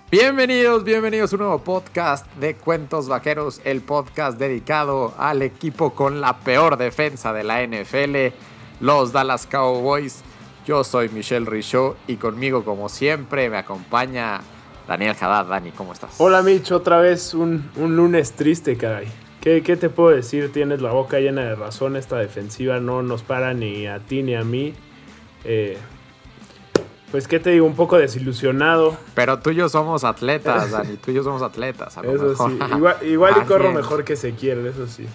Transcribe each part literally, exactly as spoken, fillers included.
Bienvenidos, bienvenidos a un nuevo podcast de Cuentos Vaqueros, el podcast dedicado al equipo con la peor defensa de la N F L, los Dallas Cowboys. Yo soy Michelle Richaud y conmigo, como siempre, me acompaña Daniel Haddad. Dani, ¿cómo estás? Hola Mitch, otra vez un, un lunes triste, caray. ¿Qué, ¿Qué te puedo decir? Tienes la boca llena de razón, esta defensiva no nos para ni a ti ni a mí. Eh... Pues, ¿qué te digo? Un poco desilusionado. Pero tú y yo somos atletas, Dani. Tú y yo somos atletas. A lo eso mejor. sí. Igual, igual y corro mejor que se quiere, eso sí.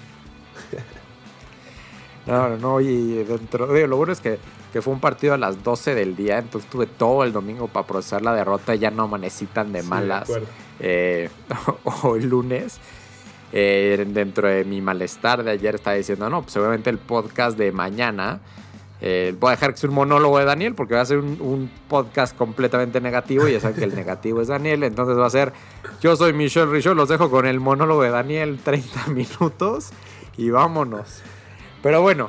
No, no, no. Y dentro de lo bueno es que, que fue un partido a las doce del día. Entonces tuve todo el domingo para procesar la derrota. Y ya no amanecí tan de malas. Sí, de eh, o el lunes. Eh, dentro de mi malestar de ayer estaba diciendo, no, pues obviamente el podcast de mañana... Eh, voy a dejar que sea un monólogo de Daniel porque va a ser un, un podcast completamente negativo y ya saben que el negativo es Daniel, entonces va a ser yo soy Michelle Richaud, los dejo con el monólogo de Daniel treinta minutos y vámonos. Pero bueno,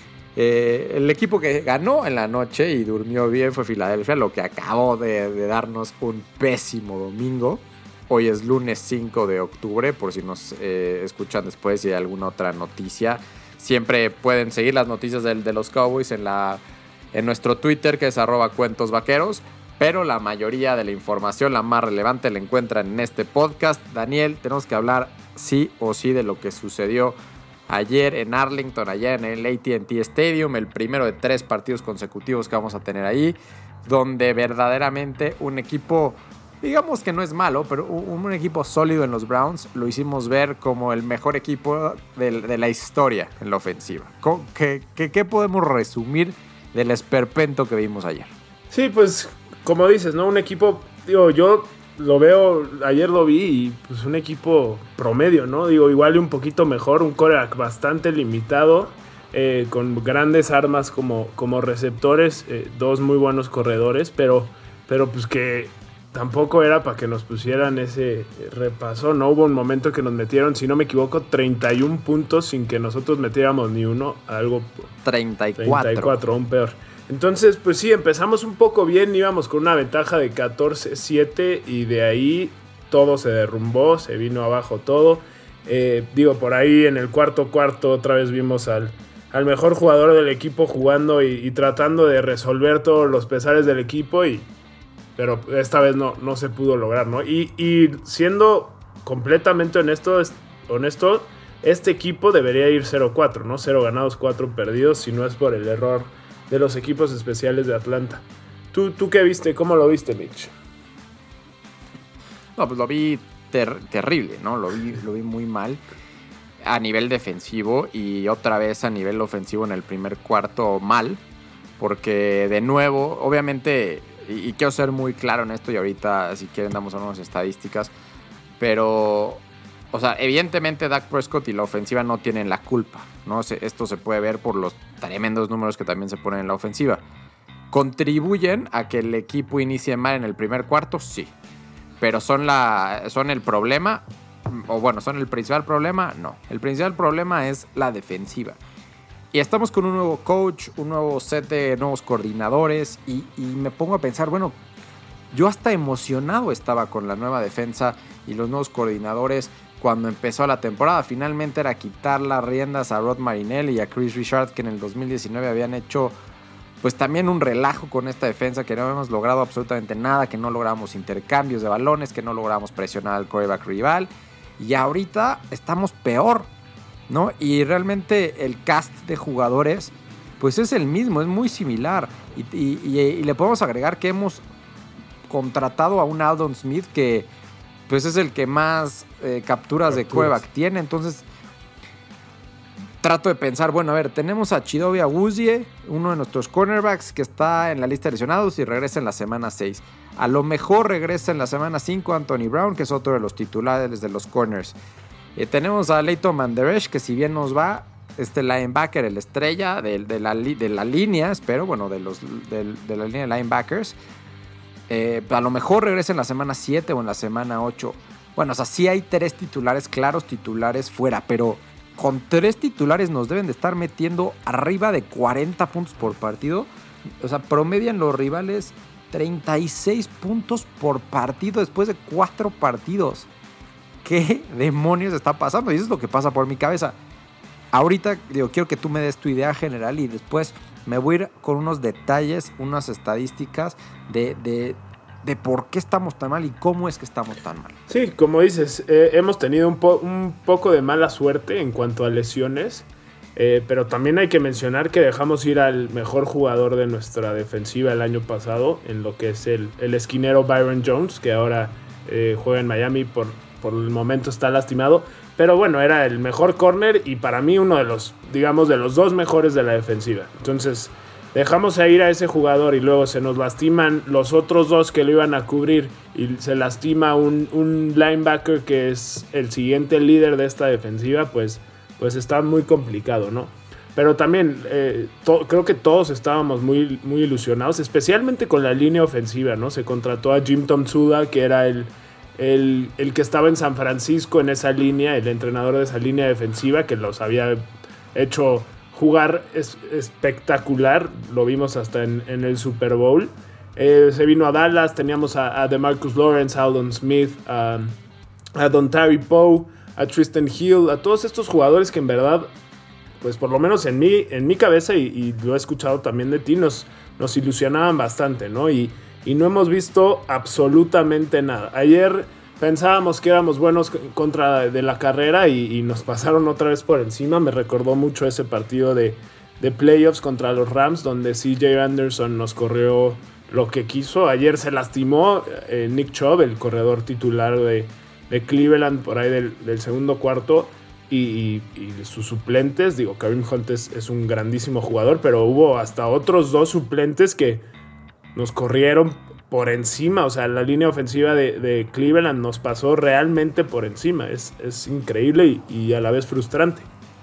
eh, el equipo que ganó en la noche y durmió bien fue Filadelfia, lo que acabó de, de darnos un pésimo domingo. Hoy es lunes cinco de octubre, por si nos eh, escuchan después y hay alguna otra noticia. Siempre pueden seguir las noticias de, de los Cowboys en, la, en nuestro Twitter, que es arroba cuentos vaqueros. Pero la mayoría de la información, la más relevante, la encuentran en este podcast. Daniel, tenemos que hablar sí o sí de lo que sucedió ayer en Arlington, ayer en el A T and T Stadium, el primero de tres partidos consecutivos que vamos a tener ahí, donde verdaderamente un equipo... digamos que no es malo, pero un equipo sólido en los Browns lo hicimos ver como el mejor equipo de, de la historia en la ofensiva. ¿Qué, qué, ¿Qué podemos resumir del esperpento que vimos ayer? Sí, pues como dices, ¿no? Un equipo, digo, yo lo veo, ayer lo vi y pues un equipo promedio, ¿no? Digo, igual y un poquito mejor, un quarterback bastante limitado, eh, con grandes armas como, como receptores, eh, dos muy buenos corredores, pero, pero pues que... tampoco era para que nos pusieran ese repaso, ¿no? Hubo un momento que nos metieron, si no me equivoco, treinta y un puntos sin que nosotros metiéramos ni uno, algo... treinta y cuatro. treinta y cuatro, aún peor. Entonces, pues sí, empezamos un poco bien, íbamos con una ventaja de catorce siete y de ahí todo se derrumbó, se vino abajo todo. Eh, digo, por ahí en el cuarto cuarto otra vez vimos al, al mejor jugador del equipo jugando y, y tratando de resolver todos los pesares del equipo y... pero esta vez no, no se pudo lograr, ¿no? Y, y siendo completamente honesto, honesto, este equipo debería ir cero cuatro, ¿no? cero ganados, cuatro perdidos, si no es por el error de los equipos especiales de Atlanta. ¿Tú, tú qué viste? ¿Cómo lo viste, Mitch? No, pues lo vi ter- terrible, ¿no? Lo vi, lo vi muy mal a nivel defensivo y otra vez a nivel ofensivo en el primer cuarto mal, porque de nuevo, obviamente... y quiero ser muy claro en esto y ahorita si quieren damos algunas estadísticas, pero o sea, evidentemente Dak Prescott y la ofensiva no tienen la culpa, ¿no? Esto se puede ver por los tremendos números que también se ponen en la ofensiva. ¿Contribuyen a que el equipo inicie mal en el primer cuarto? Sí, pero son, la, son el problema, o bueno, son el principal problema, no. El principal problema es la defensiva. Y estamos con un nuevo coach, un nuevo set de nuevos coordinadores y, y me pongo a pensar, bueno, yo hasta emocionado estaba con la nueva defensa y los nuevos coordinadores cuando empezó la temporada. Finalmente era quitar las riendas a Rod Marinelli y a Chris Richard, que en el dos mil diecinueve habían hecho pues también un relajo con esta defensa, que no habíamos logrado absolutamente nada, que no logramos intercambios de balones, que no logramos presionar al quarterback rival y ahorita estamos peor, ¿no? Y realmente el cast de jugadores pues es el mismo, es muy similar y, y, y, y le podemos agregar que hemos contratado a un Aldon Smith que pues es el que más eh, capturas, capturas de quarterback tiene. Entonces trato de pensar, bueno, a ver, tenemos a Chidobe Awuzie, uno de nuestros cornerbacks que está en la lista de lesionados y regresa en la semana seis. A lo mejor regresa en la semana cinco Anthony Brown, que es otro de los titulares de los corners. Eh, tenemos a Leighton Manderesh, que si bien nos va, este linebacker, el estrella de, de, la, de la línea, espero, bueno, de, los, de, de la línea de linebackers. Eh, a lo mejor regresa en la semana siete o en la semana ocho. Bueno, o sea, sí hay tres titulares, claros titulares fuera, pero con tres titulares nos deben de estar metiendo arriba de cuarenta puntos por partido. O sea, promedian los rivales treinta y seis puntos por partido después de cuatro partidos. ¿Qué demonios está pasando? Y eso es lo que pasa por mi cabeza. Ahorita, digo, quiero que tú me des tu idea general y después me voy a ir con unos detalles, unas estadísticas de, de, de por qué estamos tan mal y cómo es que estamos tan mal. Sí, como dices, eh, hemos tenido un, po- un poco de mala suerte en cuanto a lesiones, eh, pero también hay que mencionar que dejamos ir al mejor jugador de nuestra defensiva el año pasado, en lo que es el, el esquinero Byron Jones, que ahora eh, juega en Miami, por, por el momento está lastimado. Pero bueno, era el mejor corner y para mí uno de los, digamos, de los dos mejores de la defensiva. Entonces, dejamos a ir a ese jugador y luego se nos lastiman los otros dos que lo iban a cubrir y se lastima un, un linebacker que es el siguiente líder de esta defensiva, pues, pues está muy complicado, ¿no? Pero también eh, to- creo que todos estábamos muy, muy ilusionados, especialmente con la línea ofensiva, ¿no? Se contrató a Jim Tomsula, que era el... El, el que estaba en San Francisco en esa línea, el entrenador de esa línea defensiva que los había hecho jugar es, espectacular, lo vimos hasta en, en el Super Bowl. Eh, se vino a Dallas, teníamos a, a DeMarcus Lawrence, a Aldon Smith, a, a Dontari Poe, a Tristan Hill, a todos estos jugadores que en verdad, pues por lo menos en mi, en mi cabeza, y, y lo he escuchado también de ti, nos, nos ilusionaban bastante, ¿no? Y Y no hemos visto absolutamente nada. Ayer pensábamos que éramos buenos contra de la carrera y, y nos pasaron otra vez por encima. Me recordó mucho ese partido de, de playoffs contra los Rams, donde C J Anderson nos corrió lo que quiso. Ayer se lastimó eh, Nick Chubb, el corredor titular de, de Cleveland, por ahí del, del segundo cuarto. Y, y, y sus suplentes, digo, Kareem Hunt es, es un grandísimo jugador, pero hubo hasta otros dos suplentes que nos corrieron por encima. O sea, la línea ofensiva de, de Cleveland nos pasó realmente por encima. Es, es increíble y, y a la vez frustrante.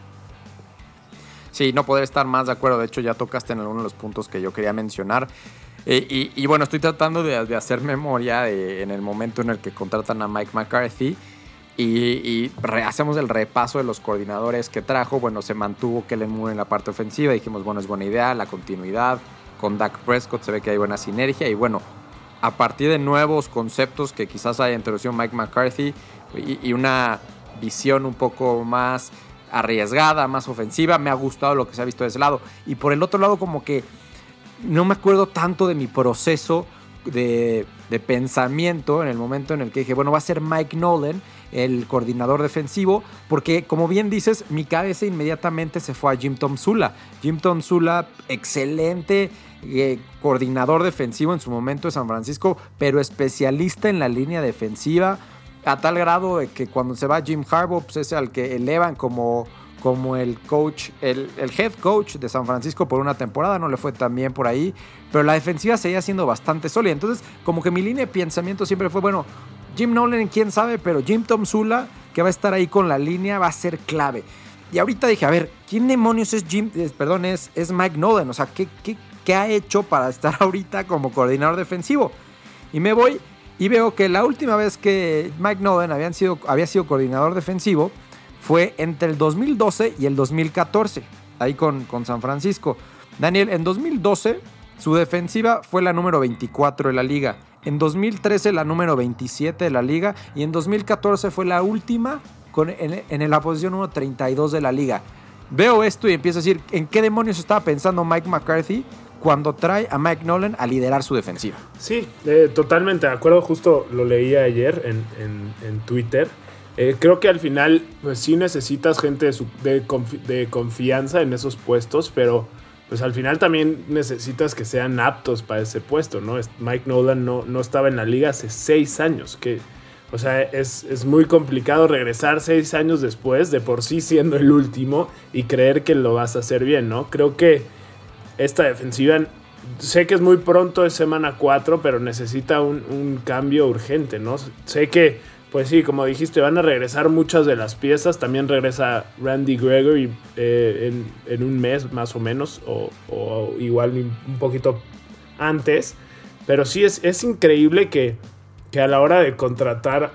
Sí, no poder estar más de acuerdo. De hecho, ya tocaste en alguno de los puntos que yo quería mencionar. Eh, y, y bueno, estoy tratando de, de hacer memoria de, en el momento en el que contratan a Mike McCarthy y, y re, hacemos el repaso de los coordinadores que trajo. Bueno, se mantuvo Kellen Moore en la parte ofensiva. Dijimos, bueno, es buena idea, la continuidad. Con Dak Prescott se ve que hay buena sinergia y bueno, a partir de nuevos conceptos que quizás haya introducido Mike McCarthy y, y una visión un poco más arriesgada, más ofensiva, me ha gustado lo que se ha visto de ese lado. Y por el otro lado, como que no me acuerdo tanto de mi proceso de, de pensamiento en el momento en el que dije, bueno, va a ser Mike Nolan el coordinador defensivo, porque como bien dices, mi cabeza inmediatamente se fue a Jim Tomsula. Jim Tomsula, excelente eh, coordinador defensivo en su momento de San Francisco, pero especialista en la línea defensiva, a tal grado de que cuando se va Jim Harbaugh, pues es al que elevan como, como el coach, el, el head coach de San Francisco por una temporada. No le fue tan bien por ahí, pero la defensiva seguía siendo bastante sólida. Entonces, como que mi línea de pensamiento siempre fue, bueno, Jim Nolan, quién sabe, pero Jim Tomsula, que va a estar ahí con la línea, va a ser clave. Y ahorita dije, a ver, ¿quién demonios es Jim? Eh, perdón, es, es Mike Nolan. O sea, ¿qué, qué, ¿qué ha hecho para estar ahorita como coordinador defensivo? Y me voy y veo que la última vez que Mike Nolan habían sido, había sido coordinador defensivo fue entre el dos mil doce y el dos mil catorce, ahí con, con San Francisco. Daniel, en dos mil doce su defensiva fue la número veinticuatro de la liga. En dos mil trece la número veintisiete de la liga y en dos mil catorce fue la última con, en, en la posición número treinta y dos de la liga. Veo esto y empiezo a decir, ¿en qué demonios estaba pensando Mike McCarthy cuando trae a Mike Nolan a liderar su defensiva? Sí, eh, totalmente de acuerdo. Justo lo leí ayer en, en, en Twitter. Eh, creo que al final, pues sí necesitas gente de, su, de, confi- de confianza en esos puestos, pero pues al final también necesitas que sean aptos para ese puesto, ¿no? Mike Nolan no, no estaba en la liga hace seis años, que, o sea, es, es muy complicado regresar seis años después, de por sí siendo el último, y creer que lo vas a hacer bien, ¿no? Creo que esta defensiva, sé que es muy pronto, es semana cuatro, pero necesita un, un cambio urgente, ¿no? Sé que, pues sí, como dijiste, van a regresar muchas de las piezas. También regresa Randy Gregory eh, en, en un mes más o menos, o, o igual un poquito antes. Pero sí, es, es increíble que, que a la hora de contratar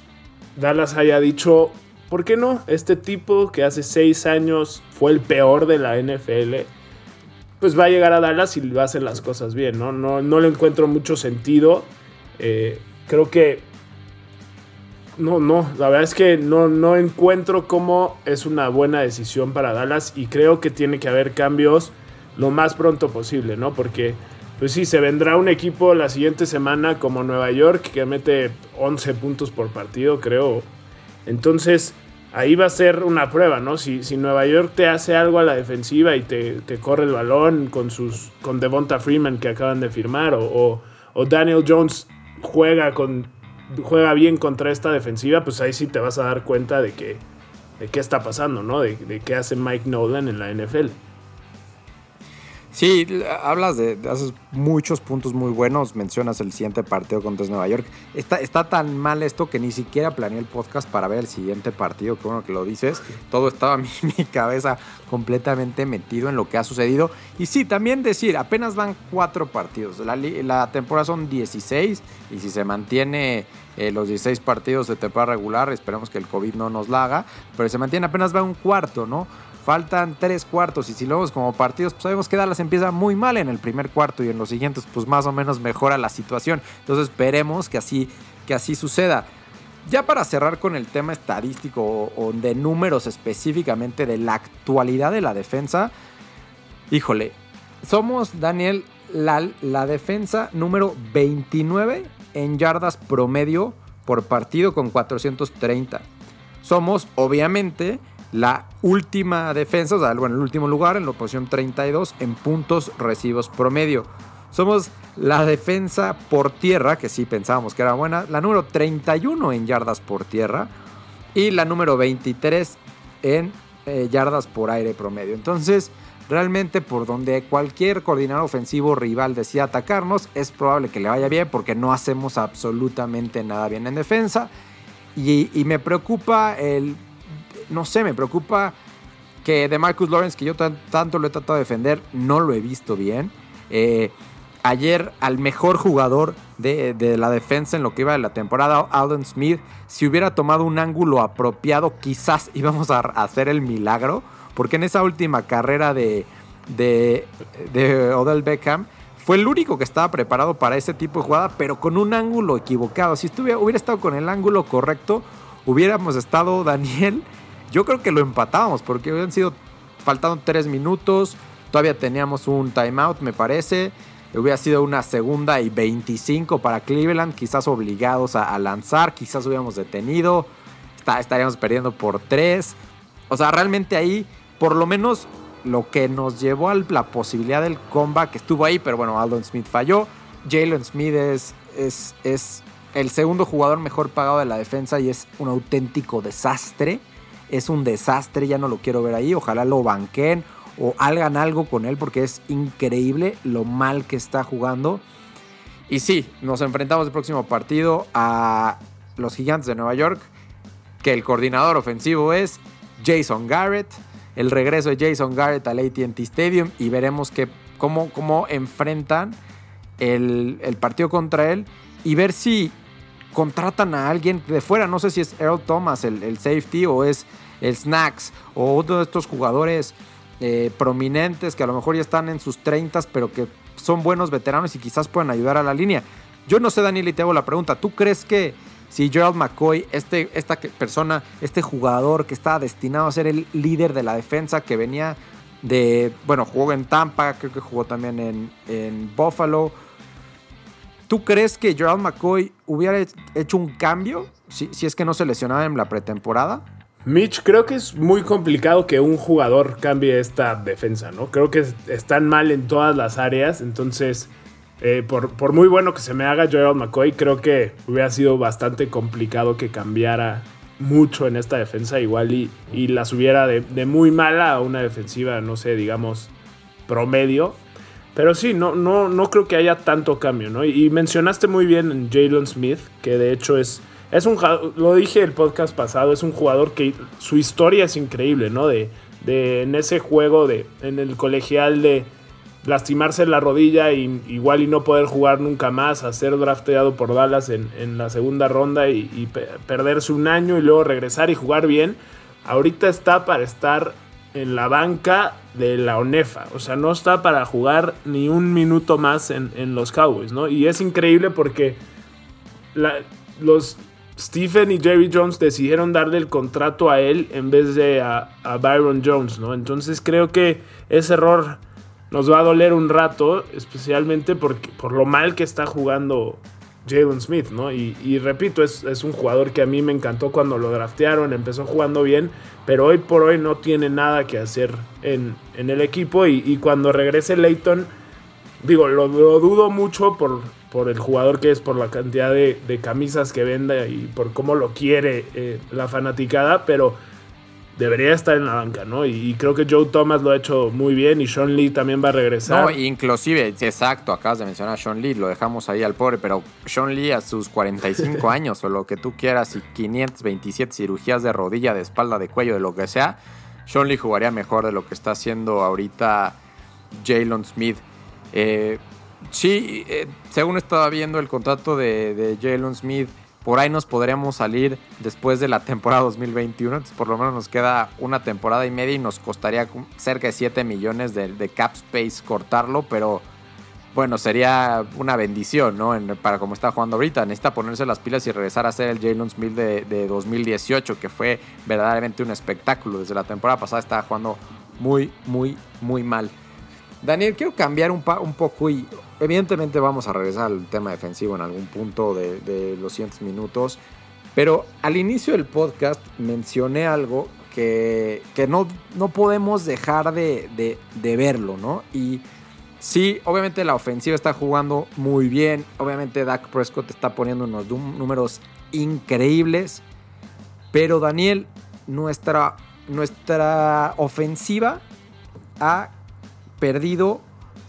Dallas haya dicho, ¿por qué no? Este tipo que hace seis años fue el peor de la N F L, pues va a llegar a Dallas y va a hacer las cosas bien, ¿no? No, no le encuentro mucho sentido. Eh, creo que no, no, la verdad es que no, no encuentro cómo es una buena decisión para Dallas y creo que tiene que haber cambios lo más pronto posible, ¿no? Porque, pues sí, se vendrá un equipo la siguiente semana como Nueva York que mete once puntos por partido, creo. Entonces, ahí va a ser una prueba, ¿no? Si, si Nueva York te hace algo a la defensiva y te, te corre el balón con, sus, con Devonta Freeman que acaban de firmar o, o, o Daniel Jones juega con... juega bien contra esta defensiva, pues ahí sí te vas a dar cuenta de que de qué está pasando, ¿no? De, de qué hace Mike Nolan en la N F L. Sí, hablas de, de haces muchos puntos muy buenos, mencionas el siguiente partido contra Nueva York. Está, está tan mal esto que ni siquiera planeé el podcast para ver el siguiente partido, que bueno que lo dices. Todo estaba en mi cabeza completamente metido en lo que ha sucedido. Y sí, también decir, apenas van cuatro partidos. La, la temporada son dieciséis y si se mantiene eh, los dieciséis partidos de temporada regular, esperemos que el COVID no nos la haga, pero si se mantiene apenas va un cuarto, ¿no? Faltan tres cuartos y si lo vemos como partidos, pues sabemos que Dallas empieza muy mal en el primer cuarto y en los siguientes pues más o menos mejora la situación. Entonces esperemos que así, que así suceda. Ya para cerrar con el tema estadístico o, o de números específicamente de la actualidad de la defensa, híjole, somos, Daniel, la, la defensa número veintinueve en yardas promedio por partido con cuatrocientos treinta. Somos, obviamente, la última defensa, o sea, bueno, el último lugar en la posición treinta y dos en puntos recibos promedio. Somos la defensa por tierra, que sí pensábamos que era buena, la número treinta y uno en yardas por tierra y la número veintitrés en eh, yardas por aire promedio. Entonces, realmente por donde cualquier coordinador ofensivo rival decida atacarnos, es probable que le vaya bien porque no hacemos absolutamente nada bien en defensa. Y, y me preocupa el... No sé, me preocupa que DeMarcus Lawrence, que yo tan, tanto lo he tratado de defender, no lo he visto bien. Eh, ayer al mejor jugador de, de la defensa en lo que iba de la temporada, Aldon Smith, si hubiera tomado un ángulo apropiado, quizás íbamos a hacer el milagro, porque en esa última carrera de, de, de Odell Beckham fue el único que estaba preparado para ese tipo de jugada, pero con un ángulo equivocado. Si estuviera, hubiera estado con el ángulo correcto, hubiéramos estado, Daniel... Yo creo que lo empatábamos porque hubieran sido faltando tres minutos. Todavía teníamos un timeout, me parece. Hubiera sido una segunda y veinticinco para Cleveland. Quizás obligados a, a lanzar. Quizás hubiéramos detenido. Está, estaríamos perdiendo por tres. O sea, realmente ahí, por lo menos, lo que nos llevó a la posibilidad del comeback estuvo ahí. Pero bueno, Aldon Smith falló. Jalen Smith es, es, es el segundo jugador mejor pagado de la defensa y es un auténtico desastre. Es un desastre, ya no lo quiero ver ahí. Ojalá lo banquen o hagan algo con él porque es increíble lo mal que está jugando. Y sí, nos enfrentamos el próximo partido a los Gigantes de Nueva York, que el coordinador ofensivo es Jason Garrett. El regreso de Jason Garrett al A T and T Stadium y veremos que, cómo, cómo enfrentan el, el partido contra él y ver si contratan a alguien de fuera. No sé si es Earl Thomas, el, el safety, o es el Snacks, o uno de estos jugadores eh, prominentes que a lo mejor ya están en sus treintas, pero que son buenos veteranos y quizás puedan ayudar a la línea. Yo no sé, Daniel, y te hago la pregunta. ¿Tú crees que si Gerald McCoy, este, esta persona, este jugador que estaba destinado a ser el líder de la defensa, que venía de, bueno, jugó en Tampa, creo que jugó también en, en Buffalo, ¿tú crees que Gerald McCoy hubiera hecho un cambio si, si es que no se lesionaba en la pretemporada? Mitch, creo que es muy complicado que un jugador cambie esta defensa, ¿no? Creo que están mal en todas las áreas, entonces, eh, por, por muy bueno que se me haga Gerald McCoy, creo que hubiera sido bastante complicado que cambiara mucho en esta defensa, igual y, y la subiera de, de muy mala a una defensiva, no sé, digamos, promedio. Pero sí, no, no, no creo que haya tanto cambio, ¿no? Y, y mencionaste muy bien en Jalen Smith, que de hecho es, es un, lo dije el podcast pasado, es un jugador que su historia es increíble, ¿no? De, de en ese juego, de, en el colegial, de lastimarse la rodilla y igual y no poder jugar nunca más, a ser drafteado por Dallas en, en la segunda ronda y, y pe- perderse un año y luego regresar y jugar bien. Ahorita está para estar en la banca de la ONEFA. O sea, no está para jugar ni un minuto más en, en los Cowboys, ¿no? Y es increíble porque la, los Stephen y Jerry Jones decidieron darle el contrato a él en vez de a, a Byron Jones, ¿no? Entonces creo que ese error nos va a doler un rato, especialmente porque, por lo mal que está jugando Jaylon Smith, ¿no? Y, y repito, es, es un jugador que a mí me encantó cuando lo draftearon, empezó jugando bien, pero hoy por hoy no tiene nada que hacer en, en el equipo. Y, y cuando regrese Leighton, digo, lo, lo dudo mucho por, por el jugador que es, por la cantidad de, de camisas que venda y por cómo lo quiere eh, la fanaticada, pero debería estar en la banca, ¿no? Y, y creo que Joe Thomas lo ha hecho muy bien y Sean Lee también va a regresar. No, inclusive, exacto, acabas de mencionar a Sean Lee, lo dejamos ahí al pobre, pero Sean Lee a sus cuarenta y cinco años o lo que tú quieras y quinientas veintisiete cirugías de rodilla, de espalda, de cuello, de lo que sea, Sean Lee jugaría mejor de lo que está haciendo ahorita Jaylon Smith. Eh, sí, eh, según estaba viendo el contrato de, de Jaylon Smith, por ahí nos podríamos salir después de la temporada dos mil veintiuno. Entonces por lo menos nos queda una temporada y media y nos costaría cerca de siete millones de, de cap space cortarlo. Pero bueno, sería una bendición, ¿no? En, para como está jugando ahorita. Necesita ponerse las pilas y regresar a ser el Jaylon Smith de, de dos mil dieciocho, que fue verdaderamente un espectáculo. Desde la temporada pasada estaba jugando muy, muy, muy mal. Daniel, quiero cambiar un, pa- un poco y evidentemente vamos a regresar al tema defensivo en algún punto de, de los siguientes minutos, pero al inicio del podcast mencioné algo que, que no, no podemos dejar de, de, de verlo, ¿no? Y sí, obviamente la ofensiva está jugando muy bien, obviamente Dak Prescott está poniendo unos números increíbles, pero Daniel, nuestra, nuestra ofensiva ha perdido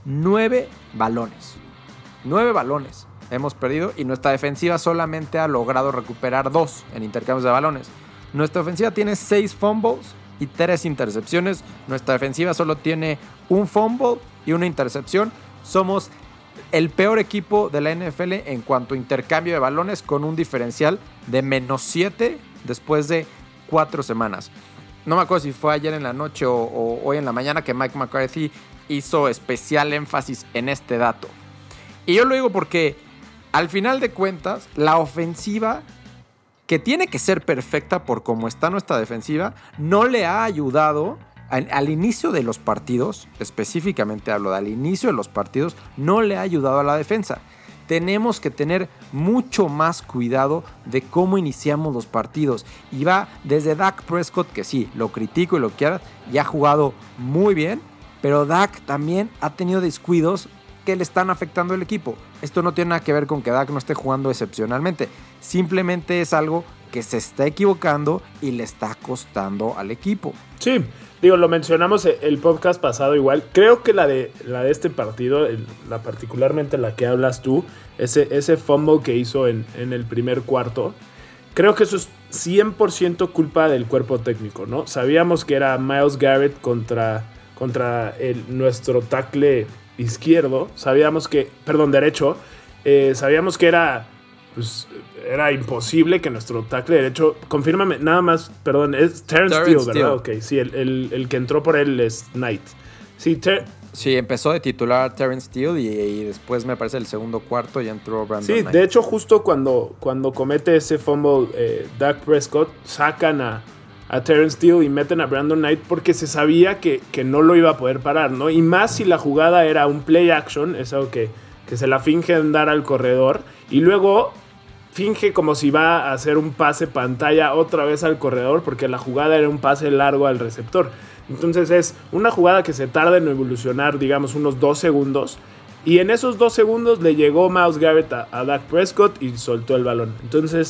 nueve balones. Nueve balones hemos perdido y nuestra defensiva solamente ha logrado recuperar dos en intercambios de balones. Nuestra ofensiva tiene seis fumbles y tres intercepciones. Nuestra defensiva solo tiene un fumble y una intercepción. Somos el peor equipo de la N F L en cuanto a intercambio de balones, con un diferencial de menos siete después de cuatro semanas. No me acuerdo si fue ayer en la noche o, o hoy en la mañana que Mike McCarthy hizo especial énfasis en este dato. Y yo lo digo porque al final de cuentas la ofensiva, que tiene que ser perfecta por cómo está nuestra defensiva, no le ha ayudado al, al inicio de los partidos, específicamente hablo de al inicio de los partidos, no le ha ayudado a la defensa. Tenemos que tener mucho más cuidado de cómo iniciamos los partidos. Y va desde Dak Prescott, que sí, lo critico y lo quiera, y ha jugado muy bien, pero Dak también ha tenido descuidos que le están afectando al equipo. Esto no tiene nada que ver con que Dak no esté jugando excepcionalmente. Simplemente es algo que se está equivocando y le está costando al equipo. Sí, digo, lo mencionamos el podcast pasado igual. Creo que la de, la de este partido, el, la particularmente la que hablas tú, ese, ese fumble que hizo en, en el primer cuarto, creo que eso es cien por ciento culpa del cuerpo técnico, ¿no? Sabíamos que era Myles Garrett contra, contra el, nuestro tackle izquierdo. Sabíamos que, perdón, derecho. Eh, sabíamos que era, pues, era imposible que nuestro tackle derecho, confírmame, nada más, perdón, es Terrence Steele, ¿verdad? Ok, sí, el, el, el que entró por él es Knight. Sí, ter- sí, empezó de titular Terrence Steele y, y después me parece el segundo cuarto ya entró Brandon Sí, Knight. De hecho, justo cuando, cuando comete ese fumble eh, Dak Prescott, sacan a, a Terrence Steele y meten a Brandon Knight porque se sabía que, que no lo iba a poder parar, ¿no? Y más si la jugada era un play action, es algo que, que se la fingen dar al corredor y luego finge como si va a hacer un pase pantalla otra vez al corredor porque la jugada era un pase largo al receptor. Entonces es una jugada que se tarda en evolucionar, digamos, unos dos segundos. Y en esos dos segundos le llegó Myles Garrett a, a Dak Prescott y soltó el balón. Entonces,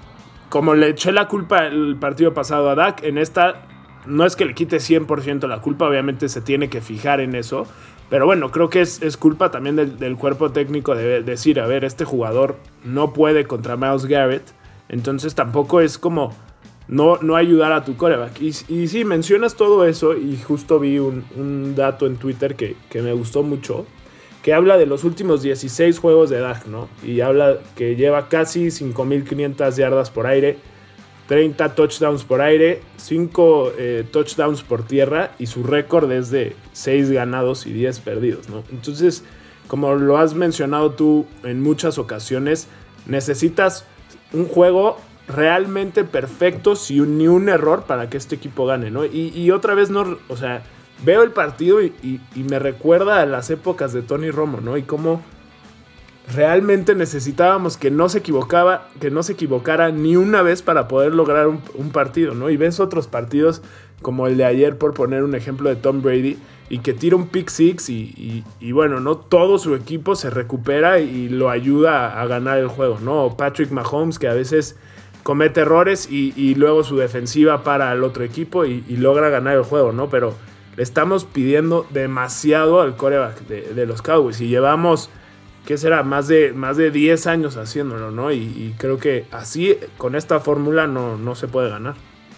como le eché la culpa el partido pasado a Dak, en esta no es que le quite cien por ciento la culpa, obviamente se tiene que fijar en eso. Pero bueno, creo que es, es culpa también del, del cuerpo técnico de decir, a ver, este jugador no puede contra Myles Garrett. Entonces tampoco es como no, no ayudar a tu quarterback. Y, y sí, mencionas todo eso y justo vi un, un dato en Twitter que, que me gustó mucho, que habla de los últimos dieciséis juegos de Dak, ¿no? Y habla que lleva casi cinco mil quinientas yardas por aire. treinta touchdowns por aire, cinco eh, touchdowns por tierra y su récord es de seis ganados y diez perdidos, ¿no? Entonces, como lo has mencionado tú en muchas ocasiones, necesitas un juego realmente perfecto sin ni un error para que este equipo gane, ¿no? Y, y otra vez, no, o sea, veo el partido y, y, y me recuerda a las épocas de Tony Romo, ¿no? Y cómo realmente necesitábamos que no se equivocaba, que no se equivocara ni una vez para poder lograr un, un partido, ¿no? Y ves otros partidos como el de ayer, por poner un ejemplo de Tom Brady, y que tira un pick six y, y, y bueno, no todo su equipo se recupera y lo ayuda a, a ganar el juego, ¿no? O Patrick Mahomes, que a veces comete errores y, y luego su defensiva para al otro equipo y, y logra ganar el juego, ¿no? Pero le estamos pidiendo demasiado al quarterback de, de los Cowboys y llevamos, ¿qué será? Más de, más de diez años haciéndolo, ¿no? Y, y creo que así, con esta fórmula, no, no se puede ganar.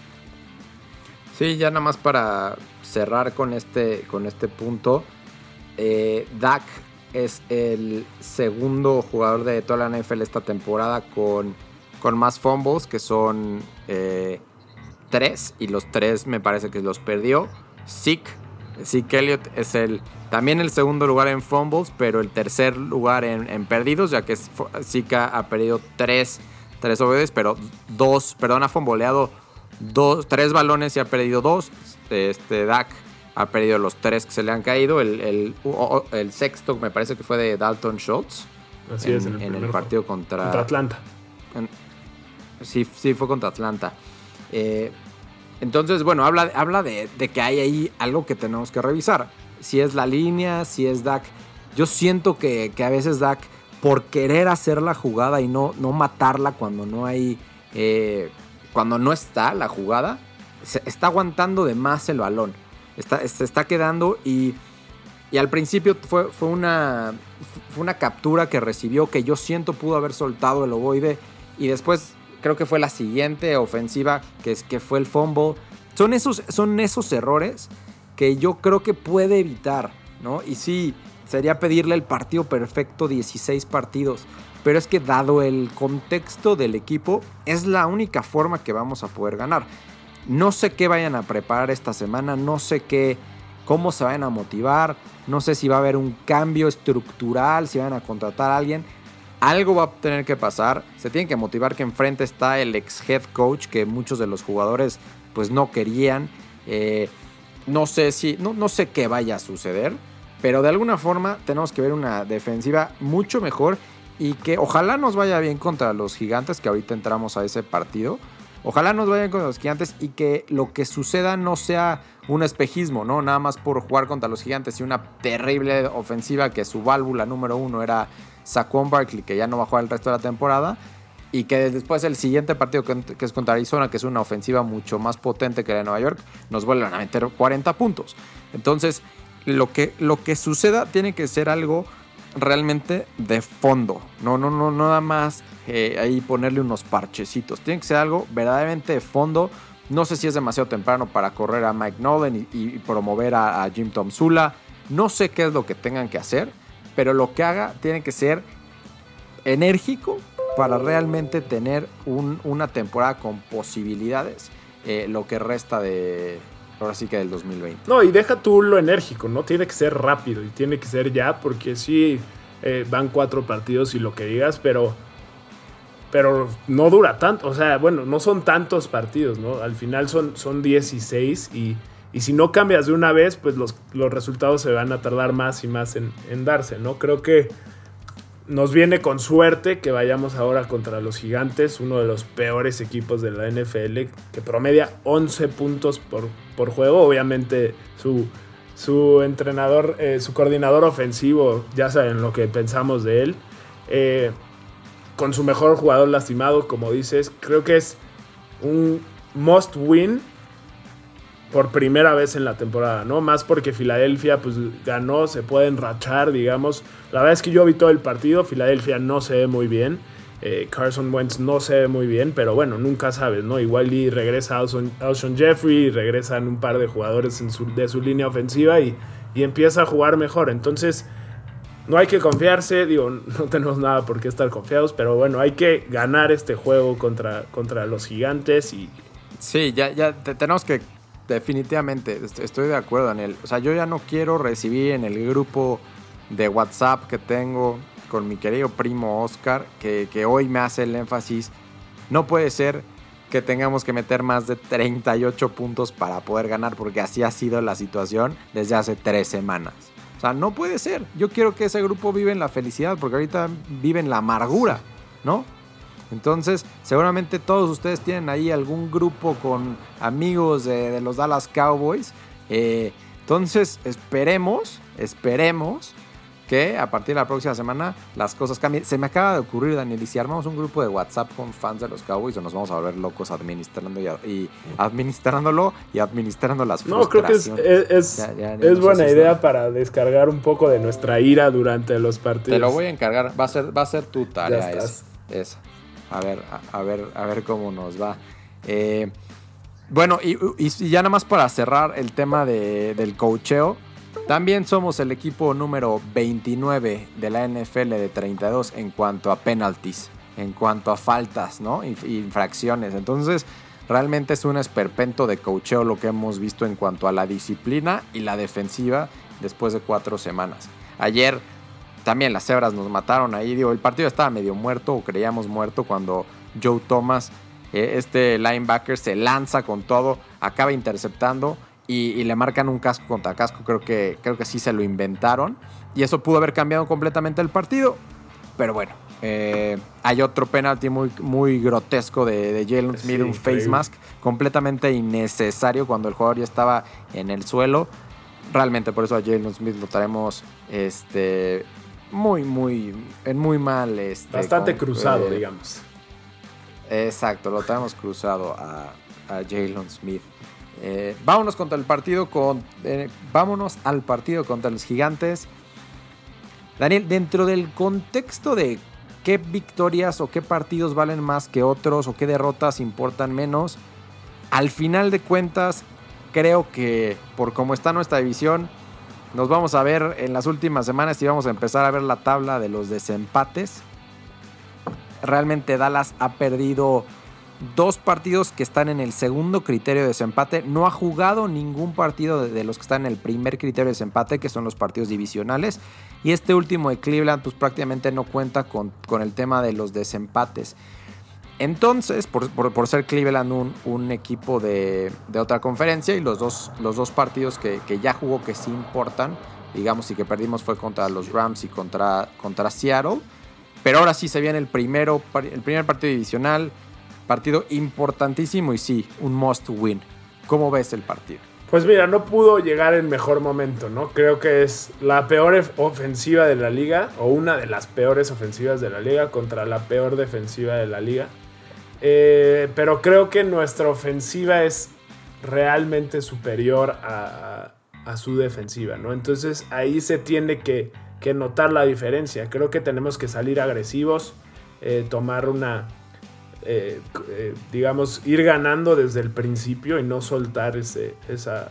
Sí, ya nada más para cerrar con este, con este punto. Eh, Dak es el segundo jugador de toda la N F L esta temporada con, con más fumbles, que son eh, tres, y los tres me parece que los perdió. Zeke, Zeke Elliott es el, también el segundo lugar en fumbles, pero el tercer lugar en, en perdidos, ya que Zeke ha perdido tres, tres ovoides, pero dos, perdón, ha fumbleado dos, tres balones y ha perdido dos. Este, Dak ha perdido los tres que se le han caído. El, el, el sexto me parece que fue de Dalton Schultz. Así en, es, en el, en el partido contra, contra Atlanta. En, sí, sí, fue contra Atlanta. Eh, entonces, bueno, habla, habla de, de que hay ahí algo que tenemos que revisar. Si es la línea, si es Dak. Yo siento que, que a veces Dak, por querer hacer la jugada y no, no matarla cuando no hay... Eh, cuando no está la jugada, se está aguantando de más el balón. Está, se está quedando y, y al principio fue, fue, una, fue una captura que recibió que yo siento pudo haber soltado el ovoide y después creo que fue la siguiente ofensiva que, es, que fue el fumble. Son esos, son esos errores que yo creo que puede evitar, ¿no? Y sí, sería pedirle el partido perfecto, dieciséis partidos. Pero es que dado el contexto del equipo, es la única forma que vamos a poder ganar. No sé qué vayan a preparar esta semana, no sé qué, cómo se vayan a motivar, no sé si va a haber un cambio estructural, si van a contratar a alguien. Algo va a tener que pasar. Se tienen que motivar que enfrente está el ex head coach que muchos de los jugadores pues no querían. Eh, no sé si, no, no sé qué vaya a suceder, pero de alguna forma tenemos que ver una defensiva mucho mejor. Y que ojalá nos vaya bien contra los Gigantes, que ahorita entramos a ese partido. Ojalá nos vayan contra los Gigantes y que lo que suceda no sea un espejismo, ¿no? Nada más por jugar contra los Gigantes y una terrible ofensiva que su válvula número uno era Saquon Barkley, que ya no va a jugar el resto de la temporada. Y que después el siguiente partido que es contra Arizona, que es una ofensiva mucho más potente que la de Nueva York, nos vuelvan a meter cuarenta puntos. Entonces, lo que, lo que suceda tiene que ser algo realmente de fondo, no, no, no, nada más eh, ahí ponerle unos parchecitos, tiene que ser algo verdaderamente de fondo. No sé si es demasiado temprano para correr a Mike Nolan y, y promover a, a Jim Tomsula, no sé qué es lo que tengan que hacer, pero lo que haga tiene que ser enérgico para realmente tener un, una temporada con posibilidades, eh, lo que resta de... ahora sí que del dos mil veinte. No, y deja tú lo enérgico, ¿no? Tiene que ser rápido y tiene que ser ya, porque sí eh, van cuatro partidos y lo que digas, pero, pero no dura tanto. O sea, bueno, no son tantos partidos, ¿no? Al final son, son dieciséis y, y si no cambias de una vez, pues los, los resultados se van a tardar más y más en, en darse, ¿no? Creo que nos viene con suerte que vayamos ahora contra los Gigantes, uno de los peores equipos de la N F L, que promedia once puntos por, por juego. Obviamente su, su entrenador, eh, su coordinador ofensivo, ya saben lo que pensamos de él. Eh, con su mejor jugador lastimado, como dices, creo que es un must win por primera vez en la temporada, ¿no? Más porque Filadelfia pues ganó, se puede enrachar, digamos. La verdad es que yo vi todo el partido, Filadelfia no se ve muy bien, eh, Carson Wentz no se ve muy bien, pero bueno, nunca sabes, ¿no? Igual y regresa Alshon, Alshon Jeffrey, regresan un par de jugadores en su, de su línea ofensiva y, y empieza a jugar mejor. Entonces, no hay que confiarse, digo, no tenemos nada por qué estar confiados, pero bueno, hay que ganar este juego contra, contra los Gigantes y... Sí, ya, ya te, tenemos que, definitivamente, estoy de acuerdo, Daniel. O sea, yo ya no quiero recibir en el grupo de WhatsApp que tengo con mi querido primo Oscar, que, que hoy me hace el énfasis, no puede ser que tengamos que meter más de treinta y ocho puntos para poder ganar, porque así ha sido la situación desde hace tres semanas. O sea, no puede ser. Yo quiero que ese grupo viva en la felicidad, porque ahorita vive en la amargura, ¿no? Entonces, seguramente todos ustedes tienen ahí algún grupo con amigos de, de los Dallas Cowboys. Eh, entonces, esperemos, esperemos que a partir de la próxima semana las cosas cambien. Se me acaba de ocurrir, Daniel, y si armamos un grupo de WhatsApp con fans de los Cowboys, o nos vamos a volver locos administrando y, y administrándolo y administrando las no, frustraciones. No, creo que es, es, ya, ya, es no buena idea está. Para descargar un poco de nuestra ira durante los partidos. Te lo voy a encargar, va a ser, va a ser tu tarea esa. esa. A ver, a, a ver, a ver cómo nos va. Eh, bueno, y, y, y ya nada más para cerrar el tema de, del coacheo. También somos el equipo número veintinueve de la N F L de treinta y dos en cuanto a penalties, en cuanto a faltas, ¿no? Infracciones. Entonces, realmente es un esperpento de coacheo lo que hemos visto en cuanto a la disciplina y la defensiva después de cuatro semanas. Ayer también las cebras nos mataron ahí. Digo, el partido estaba medio muerto, o creíamos muerto, cuando Joe Thomas, eh, este linebacker, se lanza con todo, acaba interceptando. Y, y le marcan un casco contra casco. Creo que, creo que sí se lo inventaron. Y eso pudo haber cambiado completamente el partido. Pero bueno, eh, hay otro penalti muy, muy grotesco de, de Jaylon Smith, sí, un face mask completamente innecesario cuando el jugador ya estaba en el suelo. Realmente por eso a Jaylon Smith lo traemos este, muy, muy, en muy mal. Este, Bastante con, cruzado, eh, digamos. Exacto, lo traemos cruzado a, a Jaylon Smith. Eh, vámonos contra el partido con, eh, vámonos al partido contra los Gigantes. Daniel, dentro del contexto de qué victorias o qué partidos valen más que otros o qué derrotas importan menos, al final de cuentas creo que por cómo está nuestra división nos vamos a ver en las últimas semanas y vamos a empezar a ver la tabla de los desempates. Realmente Dallas ha perdido dos partidos que están en el segundo criterio de desempate. No ha jugado ningún partido de los que están en el primer criterio de desempate, que son los partidos divisionales. Y este último de Cleveland, pues prácticamente no cuenta con, con el tema de los desempates. Entonces, por, por, por ser Cleveland un, un equipo de, de otra conferencia, y los dos, los dos partidos que, que ya jugó que sí importan, digamos, y que perdimos fue contra los Rams y contra, contra Seattle. Pero ahora sí se viene el, primero, el primer partido divisional. Partido importantísimo y sí, un must win. ¿Cómo ves el partido? Pues mira, no pudo llegar en mejor momento, ¿no? Creo que es la peor ofensiva de la liga, o una de las peores ofensivas de la liga contra la peor defensiva de la liga. Eh, pero creo que nuestra ofensiva es realmente superior a, a, a su defensiva, ¿no? Entonces ahí se tiene que, que notar la diferencia. Creo que tenemos que salir agresivos, eh, tomar una... Eh, eh, digamos, ir ganando desde el principio y no soltar ese, esa,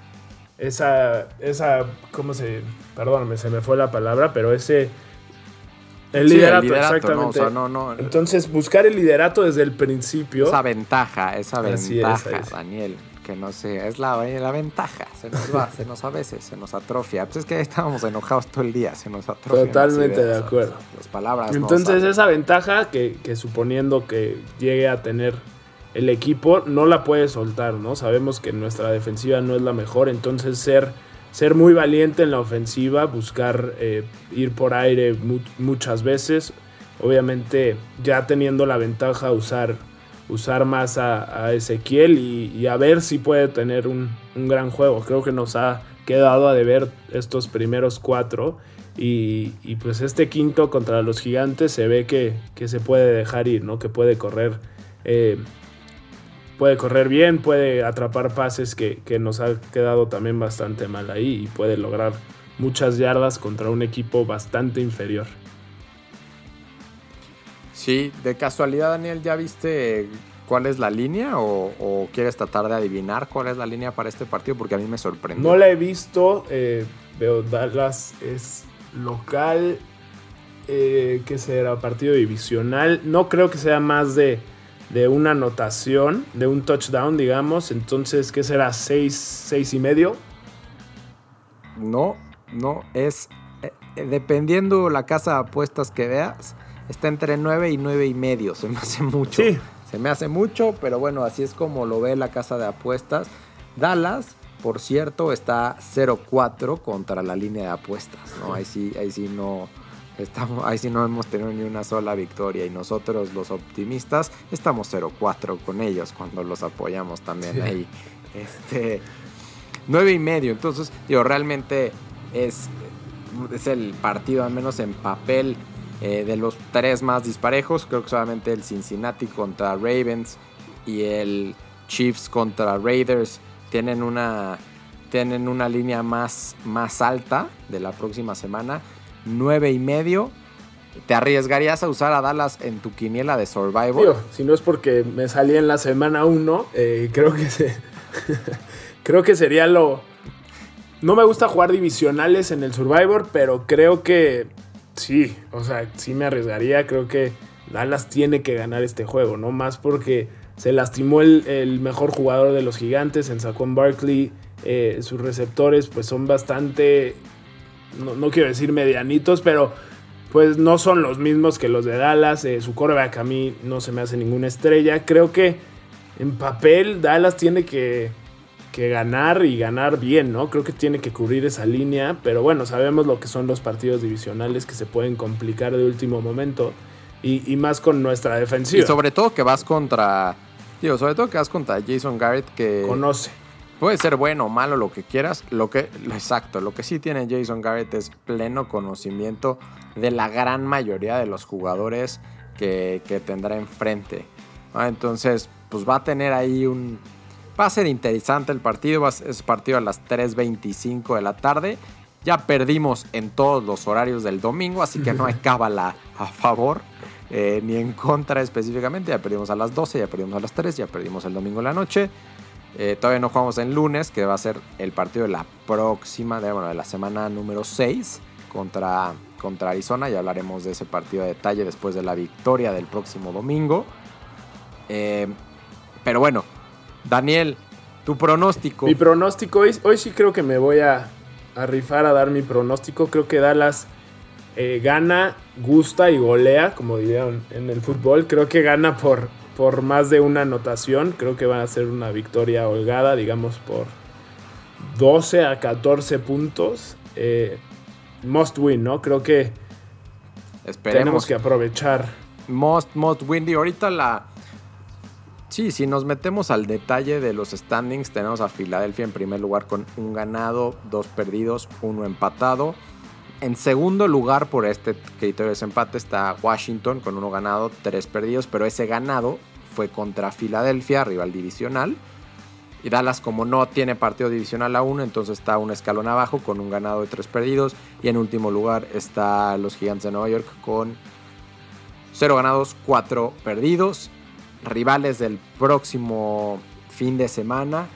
esa, esa, ¿cómo se? Perdóname, se me fue la palabra, pero ese, el sí, liderato, el liderato, exactamente. ¿no? O sea, no, no, Entonces, buscar el liderato desde el principio. Esa ventaja, esa ventaja, es, es. Daniel, que no sé, es la, la ventaja, se nos va, se nos a veces, se nos atrofia. Pues es que estábamos enojados todo el día, se nos atrofia. Totalmente de acuerdo. Las palabras. Entonces, no esa ventaja que, que suponiendo que llegue a tener el equipo, no la puede soltar, ¿no? Sabemos que nuestra defensiva no es la mejor, entonces ser, ser muy valiente en la ofensiva, buscar eh, ir por aire mu- muchas veces, obviamente ya teniendo la ventaja, usar... usar más a, a Ezequiel y, y a ver si puede tener un, un gran juego. Creo que nos ha quedado a deber estos primeros cuatro y, y pues este quinto contra los Gigantes se ve que, que se puede dejar ir, ¿no? Que puede correr eh, puede correr bien, puede atrapar pases que, que nos ha quedado también bastante mal ahí y puede lograr muchas yardas contra un equipo bastante inferior. Sí, de casualidad, Daniel, ¿ya viste cuál es la línea o, o quieres tratar de adivinar cuál es la línea para este partido? Porque a mí me sorprendió. No la he visto, eh, veo Dallas es local, eh, ¿qué será? Partido divisional. No creo que sea más de, de una anotación, de un touchdown, digamos. Entonces, ¿qué será? ¿Seis, seis y medio? No, no, es... Eh, dependiendo la casa de apuestas que veas, está entre nueve y nueve y medio. Se me hace mucho. Sí. Se me hace mucho, pero bueno, así es como lo ve la casa de apuestas. Dallas, por cierto, está cero cuatro contra la línea de apuestas, ¿no? Ahí sí, ahí sí no estamos, ahí sí no hemos tenido ni una sola victoria y nosotros los optimistas estamos cero cuatro con ellos cuando los apoyamos también sí. Ahí. Este nueve y medio, entonces, digo, realmente es, es el partido, al menos en papel, eh, de los tres más disparejos. Creo que solamente el Cincinnati contra Ravens y el Chiefs contra Raiders tienen una, tienen una línea más, más alta de la próxima semana, nueve y medio. ¿Te arriesgarías a usar a Dallas en tu quiniela de Survivor? Digo, si no es porque me salí en la semana uno, eh, creo que se, creo que sería lo... No me gusta jugar divisionales en el Survivor, pero creo que sí, o sea, sí me arriesgaría. Creo que Dallas tiene que ganar este juego, ¿no? Más porque se lastimó el, el mejor jugador de los Gigantes en Saquon Barkley. Eh, sus receptores pues son bastante, no, no quiero decir medianitos, pero pues no son los mismos que los de Dallas. Eh, su quarterback a mí no se me hace ninguna estrella. Creo que en papel Dallas tiene que, que ganar y ganar bien, ¿no? Creo que tiene que cubrir esa línea, pero bueno, sabemos lo que son los partidos divisionales que se pueden complicar de último momento. Y, y más con nuestra defensiva. Y sobre todo que vas contra... Digo, sobre todo que vas contra Jason Garrett, que... Conoce. Puede ser bueno o malo, lo que quieras. Lo que, exacto, lo que sí tiene Jason Garrett es pleno conocimiento de la gran mayoría de los jugadores que, que tendrá enfrente. ¿Ah? Entonces, pues va a tener ahí un... Va a ser interesante el partido. Va a ser, es partido a las tres veinticinco de la tarde. Ya perdimos en todos los horarios del domingo, así que no hay cábala a favor. Eh, ni en contra específicamente. Ya perdimos a las doce, ya perdimos a las tres, ya perdimos el domingo en la noche. Eh, todavía no jugamos en lunes, que va a ser el partido de la próxima, de, bueno, de la semana número seis contra, contra Arizona. Ya hablaremos de ese partido a detalle después de la victoria del próximo domingo. Eh, pero bueno, Daniel, tu pronóstico. Mi pronóstico, hoy, hoy sí creo que me voy a, a rifar a dar mi pronóstico. Creo que Dallas Eh, gana, gusta y golea, como dirían en el fútbol. Creo que gana por, por más de una anotación. Creo que va a ser una victoria holgada, digamos por doce a catorce puntos. Eh, must win, ¿no? Creo que Esperemos. tenemos que aprovechar. Must, must win. Y ahorita la... Sí, si nos metemos al detalle de los standings, tenemos a Filadelfia en primer lugar con un ganado, dos perdidos, uno empatado. En segundo lugar, por este criterio de desempate, está Washington con uno ganado, tres perdidos, pero ese ganado fue contra Filadelfia, rival divisional. Y Dallas, como no tiene partido divisional aún, entonces está un escalón abajo con un ganado y tres perdidos. Y en último lugar está los Gigantes de Nueva York con cero ganados, cuatro perdidos. Rivales del próximo fin de semana.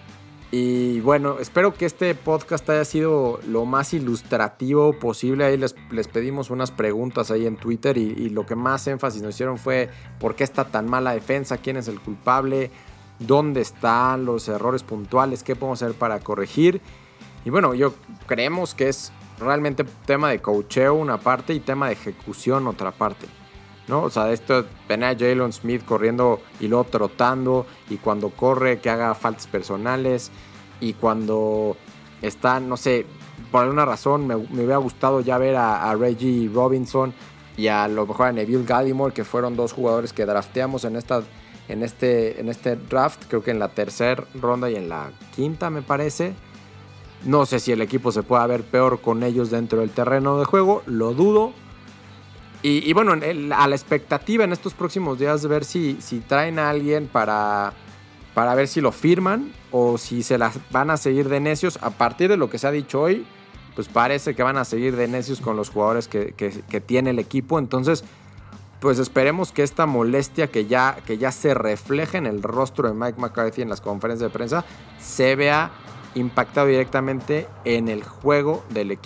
Y bueno, espero que este podcast haya sido lo más ilustrativo posible. Ahí les, les pedimos unas preguntas ahí en Twitter y, y lo que más énfasis nos hicieron fue ¿por qué está tan mala defensa? ¿Quién es el culpable? ¿Dónde están los errores puntuales? ¿Qué podemos hacer para corregir? Y bueno, yo creemos que es realmente tema de coacheo una parte y tema de ejecución otra parte, ¿no? O sea, esto, ven a Jalen Smith corriendo y luego trotando, y cuando corre que haga faltas personales, y cuando está, no sé, por alguna razón me, me hubiera gustado ya ver a, a Reggie Robinson y a lo mejor a Neville Gallimore, que fueron dos jugadores que drafteamos en esta en este, en este draft, creo que en la tercera ronda y en la quinta me parece. No sé si el equipo se pueda ver peor con ellos dentro del terreno de juego, lo dudo. Y, y bueno, el, a la expectativa en estos próximos días de ver si, si traen a alguien para, para ver si lo firman o si se las van a seguir de necios. A partir de lo que se ha dicho hoy, pues parece que van a seguir de necios con los jugadores que, que, que tiene el equipo. Entonces, pues esperemos que esta molestia que ya, que ya se refleje en el rostro de Mike McCarthy en las conferencias de prensa se vea impactado directamente en el juego del equipo.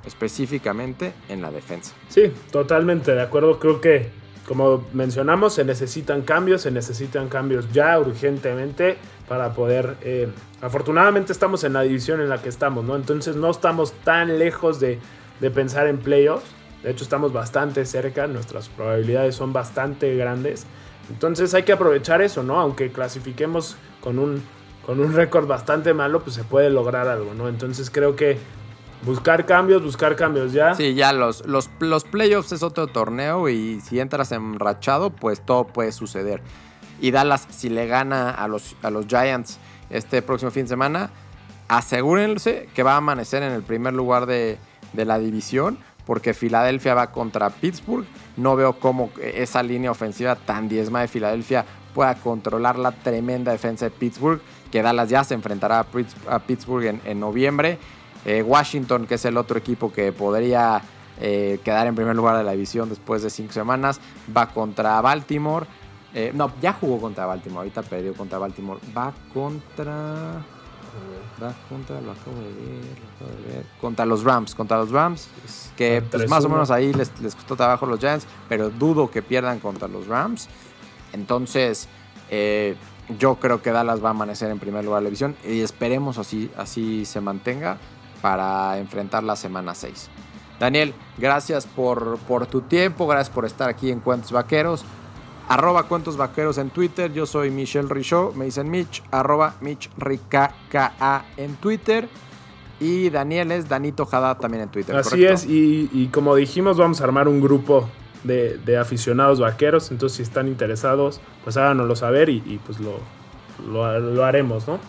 específicamente en la defensa. Sí, totalmente de acuerdo. Creo que, como mencionamos, se necesitan cambios, se necesitan cambios ya urgentemente para poder... Eh, afortunadamente estamos en la división en la que estamos, ¿no? Entonces no estamos tan lejos de, de pensar en playoffs. De hecho, estamos bastante cerca, nuestras probabilidades son bastante grandes. Entonces hay que aprovechar eso, ¿no? Aunque clasifiquemos con un, con un récord bastante malo, pues se puede lograr algo, ¿no? Entonces creo que buscar cambios, buscar cambios ya. Sí, ya los, los, los playoffs es otro torneo y si entras enrachado, pues todo puede suceder. Y Dallas, si le gana a los, a los Giants este próximo fin de semana, asegúrense que va a amanecer en el primer lugar de, de la división, porque Filadelfia va contra Pittsburgh. No veo cómo esa línea ofensiva tan diezma de Filadelfia pueda controlar la tremenda defensa de Pittsburgh, que Dallas ya se enfrentará a Pittsburgh en, en noviembre. Eh, Washington, que es el otro equipo que podría eh, quedar en primer lugar de la división después de cinco semanas, va contra Baltimore. Eh, no, ya jugó contra Baltimore, ahorita perdió contra Baltimore. Va contra... Va contra, lo acabo de ver, lo acabo de ver. Contra los Rams, contra los Rams, que pues, más o menos ahí les, les costó trabajo los Giants, pero dudo que pierdan contra los Rams. Entonces, eh, yo creo que Dallas va a amanecer en primer lugar de la división y esperemos así, así se mantenga para enfrentar la semana seis. Daniel, gracias por, por tu tiempo, gracias por estar aquí en Cuentos Vaqueros. Arroba Cuentos Vaqueros en Twitter, yo soy Michel Richaud, me dicen Mitch, arroba Mitch Rica en Twitter, y Daniel es Danito Jada también en Twitter. Así ¿correcto? es, y, y como dijimos, vamos a armar un grupo de, de aficionados vaqueros, entonces si están interesados, pues háganoslo saber y, y pues lo, lo, lo haremos, ¿no?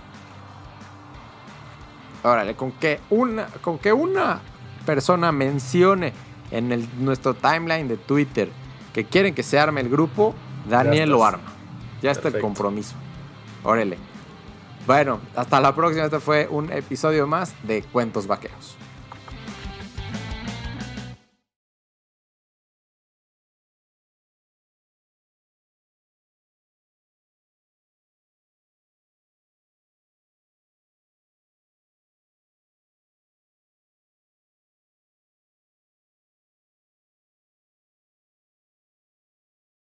Órale, con que una, con que una persona mencione en el, nuestro timeline de Twitter que quieren que se arme el grupo, Daniel lo arma. Ya está el compromiso. Órale. Bueno, hasta la próxima. Este fue un episodio más de Cuentos Vaqueros.